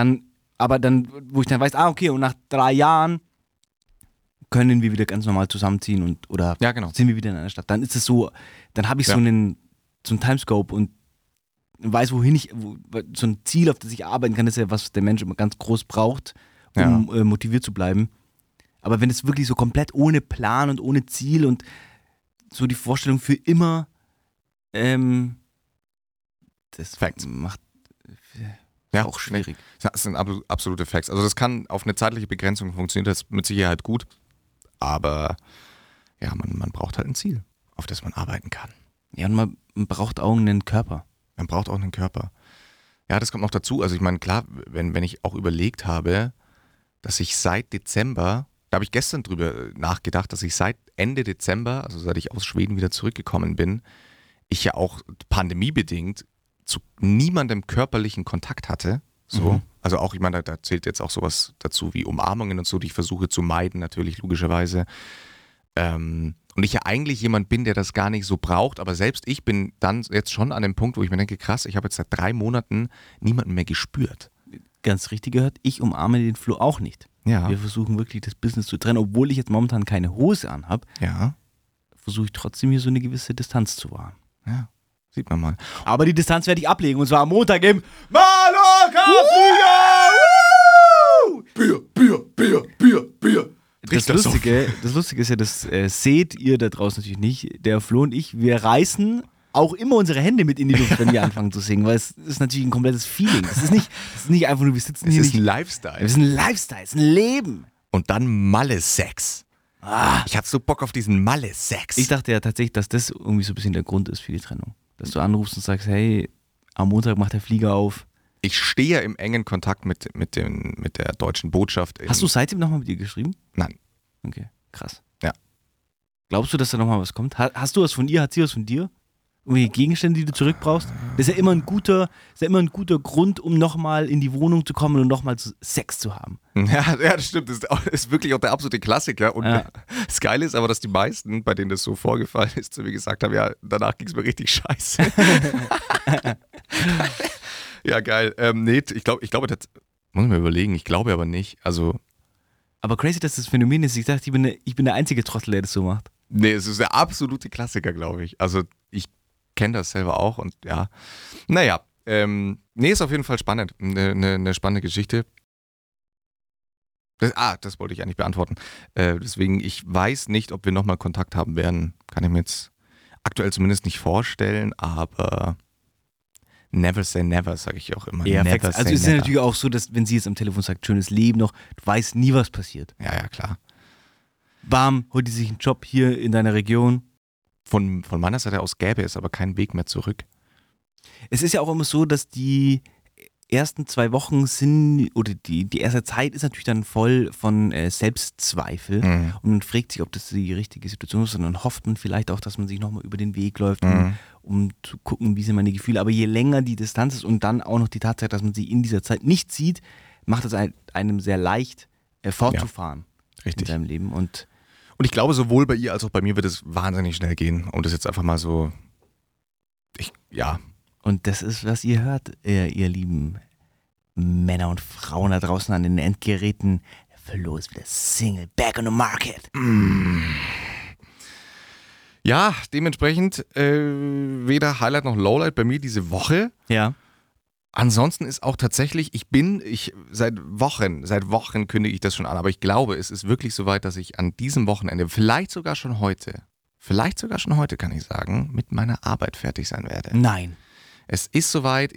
ich dann weiß, okay, und nach 3 Jahren können wir wieder ganz normal zusammenziehen oder sind wir wieder in einer Stadt. Dann ist es so, dann habe ich so einen Timescope und weiß, so ein Ziel, auf das ich arbeiten kann, das ist ja, was der Mensch immer ganz groß braucht, um motiviert zu bleiben. Aber wenn es wirklich so komplett ohne Plan und ohne Ziel und so die Vorstellung für immer, das Facts. macht auch schwierig. Das sind absolute Facts. Also das kann auf eine zeitliche Begrenzung funktioniert das mit Sicherheit gut, aber ja, man braucht halt ein Ziel, auf das man arbeiten kann. Ja, und man braucht auch einen Körper. Man braucht auch einen Körper. Ja, das kommt noch dazu. Also ich meine, klar, wenn ich auch überlegt habe, dass ich seit Dezember, da habe ich gestern drüber nachgedacht, dass ich seit Ende Dezember, also seit ich aus Schweden wieder zurückgekommen bin, ich ja auch pandemiebedingt zu niemandem körperlichen Kontakt hatte. So. Also auch, ich meine, da zählt jetzt auch sowas dazu wie Umarmungen und so, die ich versuche zu meiden, natürlich logischerweise. Und ich ja eigentlich jemand bin, der das gar nicht so braucht, aber selbst ich bin dann jetzt schon an dem Punkt, wo ich mir denke, krass, ich habe jetzt seit 3 Monaten niemanden mehr gespürt. Ganz richtig gehört, ich umarme den Flo auch nicht. Ja. Wir versuchen wirklich das Business zu trennen, obwohl ich jetzt momentan keine Hose anhabe, Ja, versuche ich trotzdem hier so eine gewisse Distanz zu wahren. ja, sieht man mal. Aber die Distanz werde ich ablegen und zwar am Montag im Mallorca-Flieger! Bier. Das Lustige ist ja, das seht ihr da draußen natürlich nicht. Der Flo und ich, wir reißen auch immer unsere Hände mit in die Luft, wenn wir anfangen zu singen, weil es ist natürlich ein komplettes Feeling. Das ist nicht einfach nur, wir sitzen hier Es ist nicht. ein Lifestyle. Es ist ein Lifestyle, es ist ein Leben. Und dann Malle-Sex. Ich hab so Bock auf diesen Malle-Sex. Ich dachte ja tatsächlich, dass das irgendwie so ein bisschen der Grund ist für die Trennung. Dass du anrufst und sagst, hey, am Montag macht der Flieger auf. Ich stehe ja im engen Kontakt mit der deutschen Botschaft. Hast du seitdem nochmal mit ihr geschrieben? Nein. Okay, krass. Ja. Glaubst du, dass da nochmal was kommt? Hast du was von ihr? Hat sie was von dir? Irgendwelche Gegenstände, die du zurückbrauchst? Das ist ja immer ein guter Grund, um nochmal in die Wohnung zu kommen und nochmal Sex zu haben. Ja, das stimmt. Das ist wirklich auch der absolute Klassiker. Und das Geile ist aber, dass die meisten, bei denen das so vorgefallen ist, zu mir gesagt haben, ja, danach ging es mir richtig scheiße. Ja, geil. Nee, ich glaube, das muss ich mir überlegen. Ich glaube aber nicht. Also, aber crazy, dass das Phänomen ist. Ich dachte, ich bin der einzige Trottel, der das so macht. nee, es ist der absolute Klassiker, glaube ich. Also, ich kenne das selber auch und ja. Naja, nee, ist auf jeden Fall spannend. Eine spannende Geschichte. Das wollte ich eigentlich beantworten. Deswegen, ich weiß nicht, ob wir nochmal Kontakt haben werden. Kann ich mir jetzt aktuell zumindest nicht vorstellen, aber never say never, sage ich auch immer. Ja, never also es ist ja natürlich auch so, dass wenn sie jetzt am Telefon sagt, schönes Leben noch, du weißt nie, was passiert. Ja, klar. Bam, holt die sich einen Job hier in deiner Region. Von meiner Seite aus gäbe es aber keinen Weg mehr zurück. Es ist ja auch immer so, dass die ersten 2 Wochen oder die erste Zeit ist natürlich dann voll von Selbstzweifel und man fragt sich, ob das die richtige Situation ist und dann hofft man vielleicht auch, dass man sich nochmal über den Weg läuft, um zu gucken, wie sind meine Gefühle. Aber je länger die Distanz ist und dann auch noch die Tatsache, dass man sie in dieser Zeit nicht sieht, macht es einem sehr leicht, fortzufahren Richtig. in seinem Leben. Und ich glaube, sowohl bei ihr als auch bei mir wird es wahnsinnig schnell gehen. Um das jetzt einfach mal so. Und das ist, was ihr hört, ihr lieben Männer und Frauen da draußen an den Endgeräten. Der Flo ist wieder Single, back on the market. Ja, dementsprechend weder Highlight noch Lowlight bei mir diese Woche. Ja. Ansonsten ist auch tatsächlich, seit Wochen kündige ich das schon an, aber ich glaube, es ist wirklich soweit, dass ich an diesem Wochenende, vielleicht sogar schon heute kann ich sagen, mit meiner Arbeit fertig sein werde. Nein. Es ist soweit,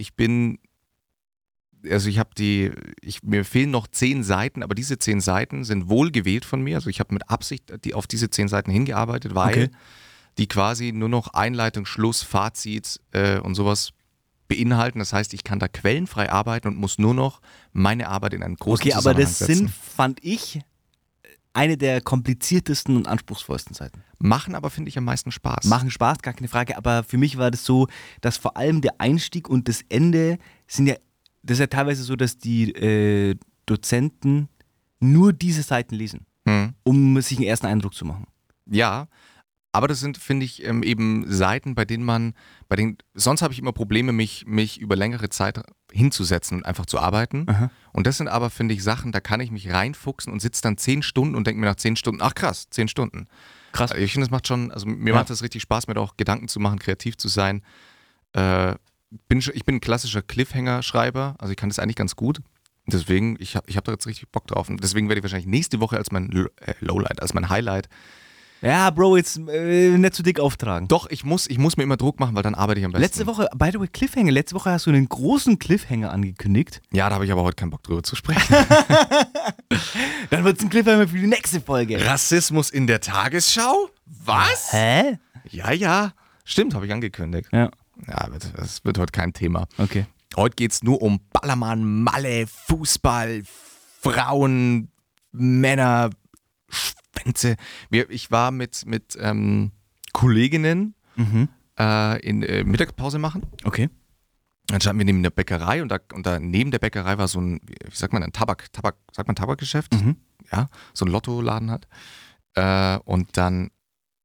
mir fehlen noch 10 Seiten, aber diese 10 Seiten sind wohlgewählt von mir. Also ich habe mit Absicht auf diese 10 Seiten hingearbeitet, weil die quasi nur noch Einleitung, Schluss, Fazit und sowas beinhalten. Das heißt, ich kann da quellenfrei arbeiten und muss nur noch meine Arbeit in einen großen Zusammenhang setzen. Okay, aber das fand ich, eine der kompliziertesten und anspruchsvollsten Seiten. Machen aber, finde ich, am meisten Spaß. Machen Spaß, gar keine Frage, aber für mich war das so, dass vor allem der Einstieg und das Ende das ist ja teilweise so, dass die Dozenten nur diese Seiten lesen, um sich einen ersten Eindruck zu machen. Ja, aber das sind, finde ich, eben Seiten, bei denen sonst habe ich immer Probleme, mich über längere Zeit hinzusetzen und einfach zu arbeiten. Aha. Und das sind aber, finde ich, Sachen, da kann ich mich reinfuchsen und sitze dann 10 Stunden und denke mir nach 10 Stunden, ach krass, 10 Stunden. Krass. Ich finde, das macht schon, also mir macht das richtig Spaß, mir da auch Gedanken zu machen, kreativ zu sein. Ich bin ein klassischer Cliffhanger-Schreiber, also ich kann das eigentlich ganz gut. Deswegen, ich hab da jetzt richtig Bock drauf. Und deswegen werde ich wahrscheinlich nächste Woche als mein Lowlight, als mein Highlight. Ja, Bro, jetzt nicht zu dick auftragen. Doch, ich muss mir immer Druck machen, weil dann arbeite ich am besten. Letzte Woche, by the way, Cliffhanger. Letzte Woche hast du einen großen Cliffhanger angekündigt. Ja, da habe ich aber heute keinen Bock drüber zu sprechen. Dann wird es ein Cliffhanger für die nächste Folge. Rassismus in der Tagesschau? Was? Hä? Ja. Stimmt, habe ich angekündigt. Ja. Ja, das wird heute kein Thema. Okay. Heute geht es nur um Ballermann, Malle, Fußball, Frauen, Männer, Schwänze. Ich war mit Kolleginnen in Mittagspause machen. Okay. Dann standen wir neben der Bäckerei und da neben der Bäckerei war so ein, wie sagt man, ein Tabakgeschäft. Ja, so ein Lottoladen hat. Und dann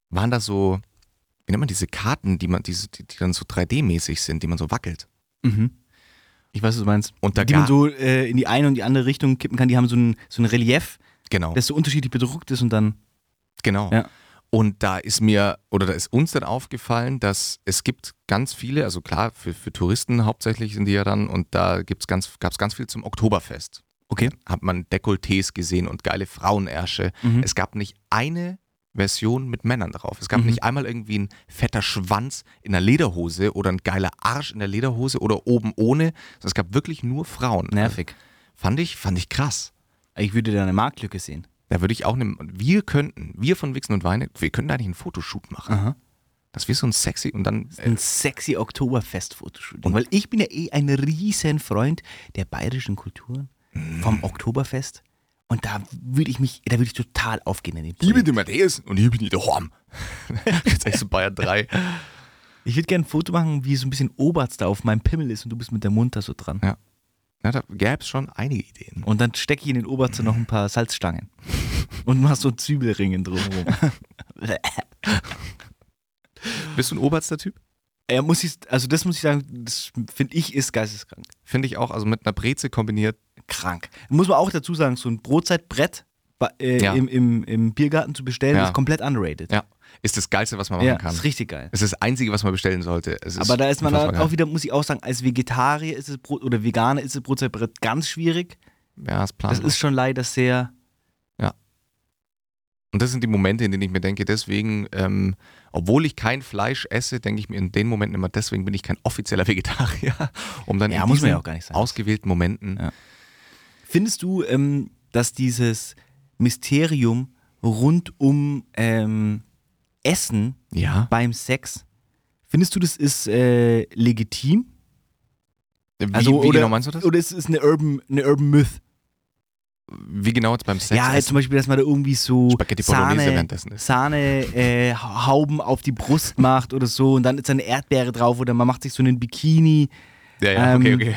waren da so, wie nennt man diese Karten, die dann so 3D-mäßig sind, die man so wackelt. Mhm. Ich weiß, was du meinst. Und da die man so in die eine und die andere Richtung kippen kann, die haben so ein Relief, genau. das so unterschiedlich bedruckt ist und dann. Genau. Ja. Und da ist uns dann aufgefallen, dass es gibt ganz viele, also klar, für Touristen hauptsächlich sind die ja dann, und da gab es ganz viel zum Oktoberfest. Okay. Hat man Dekolletés gesehen und geile Frauenärsche. Mhm. Es gab nicht eine Version mit Männern drauf. Es gab nicht einmal irgendwie ein fetter Schwanz in der Lederhose oder ein geiler Arsch in der Lederhose oder oben ohne. Sondern es gab wirklich nur Frauen. Nervig. Fand ich krass. Ich würde da eine Marktlücke sehen. Da würde ich auch wir von Wichsen und Weine, wir könnten eigentlich einen Fotoshoot machen. Aha. Dass wir so ein sexy und dann. Ein sexy Oktoberfest-Fotoshooting. Weil ich bin ja ein riesen Freund der bayerischen Kulturen, vom Oktoberfest. Und da würde ich total aufgehen in dem Ich bin Projekt. der Matthäus und ich bin der Horm. Jetzt echt so Bayern 3. Ich würde gerne ein Foto machen, wie so ein bisschen Oberst da auf meinem Pimmel ist und du bist mit der Mund da so dran. Ja. Ja, da gäbe es schon einige Ideen. Und dann stecke ich in den Oberst noch ein paar Salzstangen. Und mach so Zwiebelringen drumherum. Bist du ein Oberster-Typ? Das muss ich sagen, das finde ich ist geisteskrank. Finde ich auch, also mit einer Breze kombiniert. Krank. Muss man auch dazu sagen, so ein Brotzeitbrett Ja. im Biergarten zu bestellen, Ja. ist komplett underrated. Ja. Ist das Geilste, was man machen Ja, kann. ist richtig geil. Es ist das Einzige, was man bestellen sollte. Aber da ist man unfassbar dann auch geil. wieder, muss ich auch sagen, als Vegetarier ist es oder Veganer ist das Brotzeitbrett ganz schwierig. Ja, ist planlos. Das ist schon leider sehr. Und das sind die Momente, in denen ich mir denke, deswegen, obwohl ich kein Fleisch esse, denke ich mir in den Momenten immer, deswegen bin ich kein offizieller Vegetarier, um dann Ja, in muss man diesen ja auch gar nicht sein. ausgewählten Momenten. Ja. Findest du, dass dieses Mysterium rund um Essen Ja. beim Sex, findest du, das ist legitim? Wie genau meinst du das? Oder ist es eine Urban Myth? Wie genau jetzt beim Sex? Ja, halt zum Beispiel, dass man da irgendwie so Spaghetti Bolognese währenddessen ist. Hauben auf die Brust macht oder so und dann ist eine Erdbeere drauf oder man macht sich so einen Bikini. Ja, okay.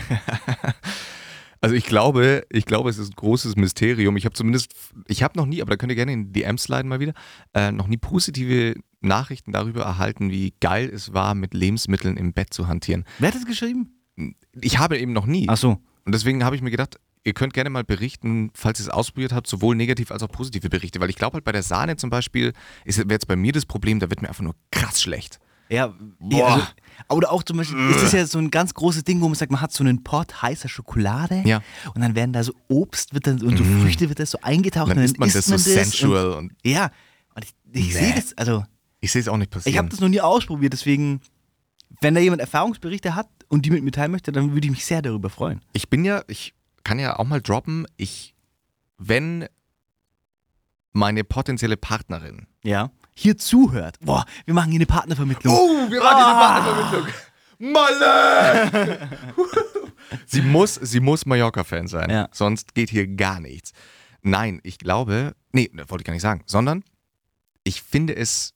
Also ich glaube, es ist ein großes Mysterium. Ich habe noch nie, aber da könnt ihr gerne in die DMs sliden mal wieder, noch nie positive Nachrichten darüber erhalten, wie geil es war, mit Lebensmitteln im Bett zu hantieren. Wer hat das geschrieben? Ich habe eben noch nie. Ach so. Und deswegen habe ich mir gedacht, ihr könnt gerne mal berichten, falls ihr es ausprobiert habt, sowohl negativ als auch positive Berichte. Weil ich glaube halt bei der Sahne zum Beispiel, wäre jetzt bei mir das Problem, da wird mir einfach nur krass schlecht. Ja, Boah. also, oder auch zum Beispiel, es ist ja so ein ganz großes Ding, wo man sagt, man hat so einen Pot heißer Schokolade Ja. und dann werden da so Obst und so Früchte wird das so eingetaucht Und dann isst man das so sensual. Und ja, und ich sehe das, also ich sehe es auch nicht passieren. ich habe das noch nie ausprobiert, deswegen, wenn da jemand Erfahrungsberichte hat und die mit mir teilen möchte, dann würde ich mich sehr darüber freuen. Ich kann ja auch mal droppen, wenn meine potenzielle Partnerin. Ja. Hier zuhört. Boah, wir machen hier eine Partnervermittlung. Oh, wir machen diese Partnervermittlung. Malle! sie muss Mallorca-Fan sein, Ja. sonst geht hier gar nichts. Nein, ich glaube, das wollte ich gar nicht sagen, sondern ich finde es,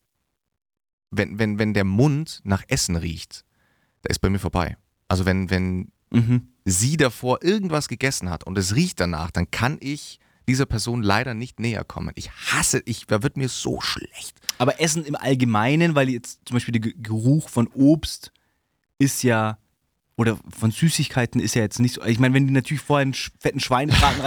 wenn der Mund nach Essen riecht, da ist bei mir vorbei. Also wenn sie davor irgendwas gegessen hat und es riecht danach, dann kann ich dieser Person leider nicht näher kommen. Da wird mir so schlecht. Aber Essen im Allgemeinen, weil jetzt zum Beispiel der Geruch von Obst ist ja, oder von Süßigkeiten ist ja jetzt nicht so. Ich meine, wenn die natürlich vorher einen fetten Schweinebraten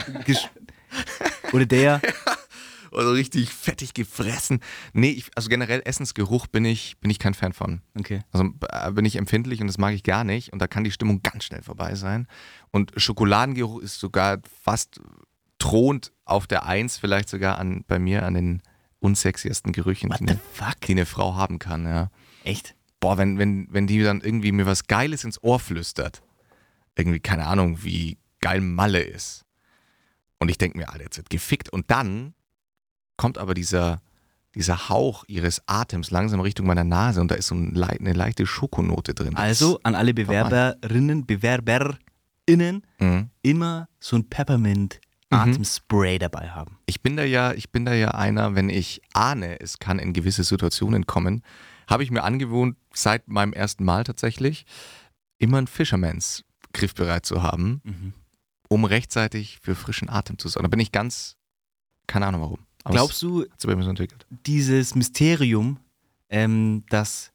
oder der. Oder richtig fettig gefressen. Nee, also generell Essensgeruch bin ich kein Fan von. Okay. Also bin ich empfindlich und das mag ich gar nicht. Und da kann die Stimmung ganz schnell vorbei sein. Und Schokoladengeruch ist sogar fast thront auf der 1 vielleicht sogar bei mir an den unsexiesten Gerüchen, What die the fuck? eine Frau haben kann. Ja. Echt? Boah, wenn die dann irgendwie mir was Geiles ins Ohr flüstert. Irgendwie, keine Ahnung, wie geil Malle ist. Und ich denke mir, Alter, jetzt wird gefickt. Und dann kommt aber dieser Hauch ihres Atems langsam Richtung meiner Nase und da ist so eine leichte Schokonote drin. Also an alle Bewerberinnen, BewerberInnen immer so ein Peppermint-Atemspray dabei haben. Ich bin da ja einer, wenn ich ahne, es kann in gewisse Situationen kommen, habe ich mir angewohnt, seit meinem ersten Mal tatsächlich, immer einen Fishermans griffbereit zu haben, um rechtzeitig für frischen Atem zu sorgen. Da bin ich ganz, keine Ahnung warum. Aber Glaubst du, hat sich bei mir so entwickelt. dieses Mysterium, dass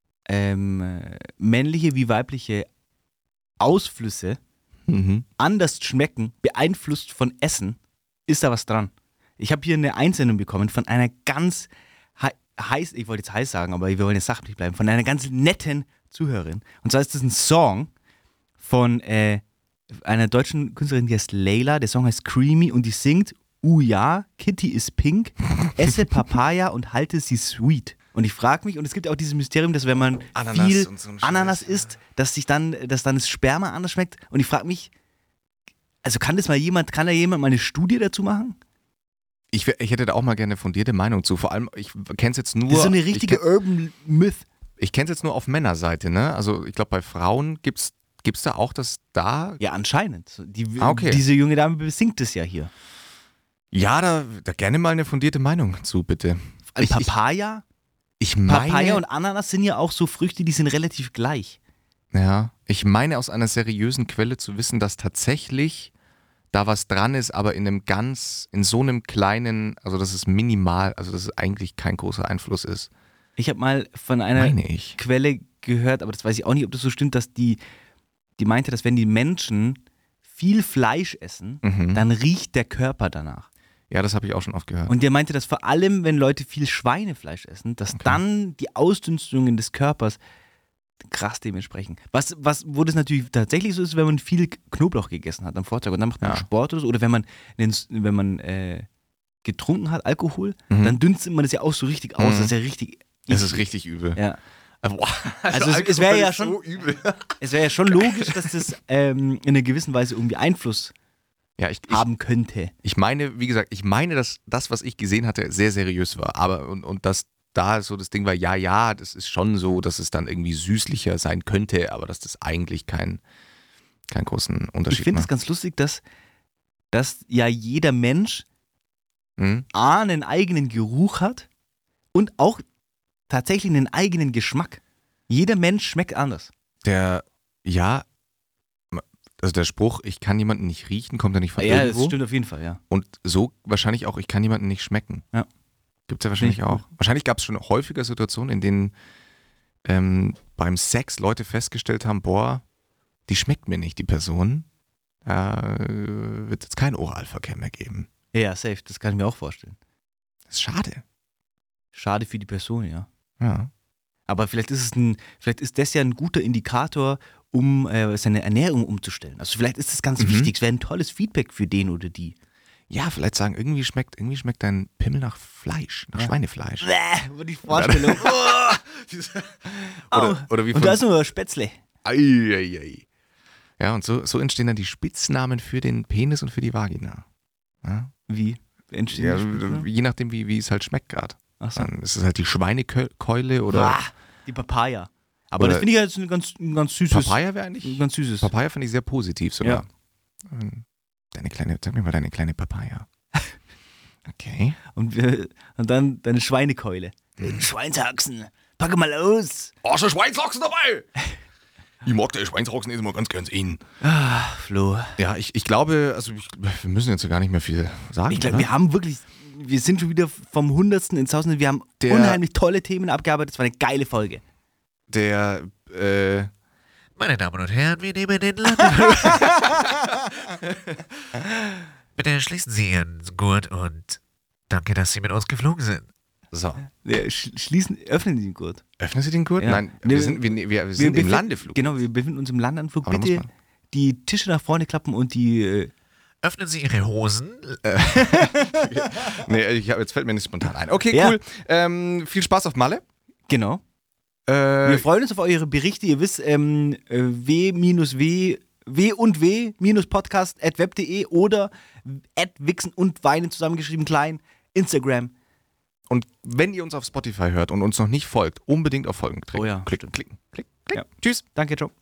männliche wie weibliche Ausflüsse anders schmecken, beeinflusst von Essen, ist da was dran? Ich habe hier eine Einsendung bekommen von einer ganz heiß, ich wollte jetzt heiß sagen, aber wir wollen jetzt sachlich bleiben, von einer ganz netten Zuhörerin. Und zwar ist das ein Song von einer deutschen Künstlerin, die heißt Layla. Der Song heißt Creamy und die singt: ja, Kitty ist pink, esse Papaya und halte sie sweet. Und ich frage mich, und es gibt auch dieses Mysterium, dass wenn man Ananas viel und so ein Ananas Scheiß, isst, dass dann das Sperma anders schmeckt. Und ich frage mich, also kann da jemand mal eine Studie dazu machen? Ich hätte da auch mal gerne eine fundierte Meinung zu. Vor allem, ich kenne es jetzt nur. Das ist so eine richtige Urban Myth. Ich kenne es jetzt nur auf Männerseite, ne? Also ich glaube, bei Frauen gibt's da auch das da. Ja, anscheinend. Okay. Diese junge Dame besingt es ja hier. Ja, da gerne mal eine fundierte Meinung zu, bitte. Papaya? Ich meine, Papaya und Ananas sind ja auch so Früchte, die sind relativ gleich. ja, ich meine aus einer seriösen Quelle zu wissen, dass tatsächlich da was dran ist, aber in so einem kleinen, also dass es minimal, also dass es eigentlich kein großer Einfluss ist. Ich habe mal von einer Meine ich. Quelle gehört, aber das weiß ich auch nicht, ob das so stimmt, dass die meinte, dass wenn die Menschen viel Fleisch essen, dann riecht der Körper danach. Ja, das habe ich auch schon oft gehört. Und der meinte, dass vor allem, wenn Leute viel Schweinefleisch essen, dass dann die Ausdünstungen des Körpers krass dementsprechend. Wo das natürlich tatsächlich so ist, wenn man viel Knoblauch gegessen hat am Vortag und dann macht man Sport oder so, oder wenn man getrunken hat, Alkohol, dann dünstet man das ja auch so richtig aus. Das ist ja richtig. Das ist richtig übel. Ja. Boah, Also es wäre ja schon so übel. Es wäre ja schon logisch, dass das in einer gewissen Weise irgendwie Einfluss haben könnte. Ich meine, wie gesagt, dass das, was ich gesehen hatte, sehr seriös war. Aber und dass da so das Ding war, ja, das ist schon so, dass es dann irgendwie süßlicher sein könnte, aber dass das eigentlich keinen großen Unterschied Ich finde es macht. ganz lustig, dass ja jeder Mensch einen eigenen Geruch hat und auch tatsächlich einen eigenen Geschmack. Jeder Mensch schmeckt anders. Also der Spruch, ich kann jemanden nicht riechen, kommt ja nicht von Ja, irgendwo. das stimmt auf jeden Fall, ja. Und so wahrscheinlich auch, ich kann jemanden nicht schmecken. Ja. Gibt es ja wahrscheinlich Finde ich auch. Wahrscheinlich gab es schon häufiger Situationen, in denen beim Sex Leute festgestellt haben, boah, die schmeckt mir nicht, die Person. Wird jetzt kein Oralverkehr mehr geben. Ja, safe, das kann ich mir auch vorstellen. Das ist schade. Schade für die Person, ja. Ja. Aber vielleicht ist das ja ein guter Indikator, um seine Ernährung umzustellen. Also vielleicht ist das ganz wichtig. Es wäre ein tolles Feedback für den oder die. Ja, vielleicht sagen, irgendwie schmeckt dein Pimmel nach Fleisch, nach Schweinefleisch. Bäh, die Vorstellung. Oder wie und da ist nur Spätzle. Eieiei. Ja, und so entstehen dann die Spitznamen für den Penis und für die Vagina. Ja? Wie entstehen Ja, die Spitznamen? je nachdem, wie es halt schmeckt gerade. Ach so. Dann ist es halt die Schweinekeule oder. Die Papaya. Aber Oder das finde ich jetzt ein ganz süßes. Papaya wäre eigentlich. Ganz süßes. Papaya finde ich sehr positiv sogar. Ja. Sag mir mal deine kleine Papaya. Okay. Und dann deine Schweinekeule. Schweinshaxen. Pack mal aus. Oh, schon Schweinshaxen dabei! Ich mag die Schweinshaxen immer ganz in. Flo. Ja, ich glaube, also wir müssen jetzt gar nicht mehr viel sagen. Ich glaube, oder? wir sind schon wieder vom Hundertsten ins Tausende. Wir haben unheimlich tolle Themen abgearbeitet. Es war eine geile Folge. Meine Damen und Herren, wir nehmen den Land. Bitte schließen Sie Ihren Gurt und danke, dass Sie mit uns geflogen sind. So. Öffnen Sie den Gurt. Öffnen Sie den Gurt? Ja. Nein, wir sind im Landeflug. Genau, wir befinden uns im Landanflug. Aber da Bitte muss man- die Tische nach vorne klappen und die. Öffnen Sie Ihre Hosen. Nee, jetzt fällt mir nicht spontan ein. Okay, Ja. cool. Viel Spaß auf Malle. Genau. Wir freuen uns auf eure Berichte. Ihr wisst, w-podcast@web.de oder @wichsen und weinen zusammengeschrieben klein. Instagram. Und wenn ihr uns auf Spotify hört und uns noch nicht folgt, unbedingt auf Folgen klicken. Oh ja, klicken. Ja. Tschüss. Danke, ciao.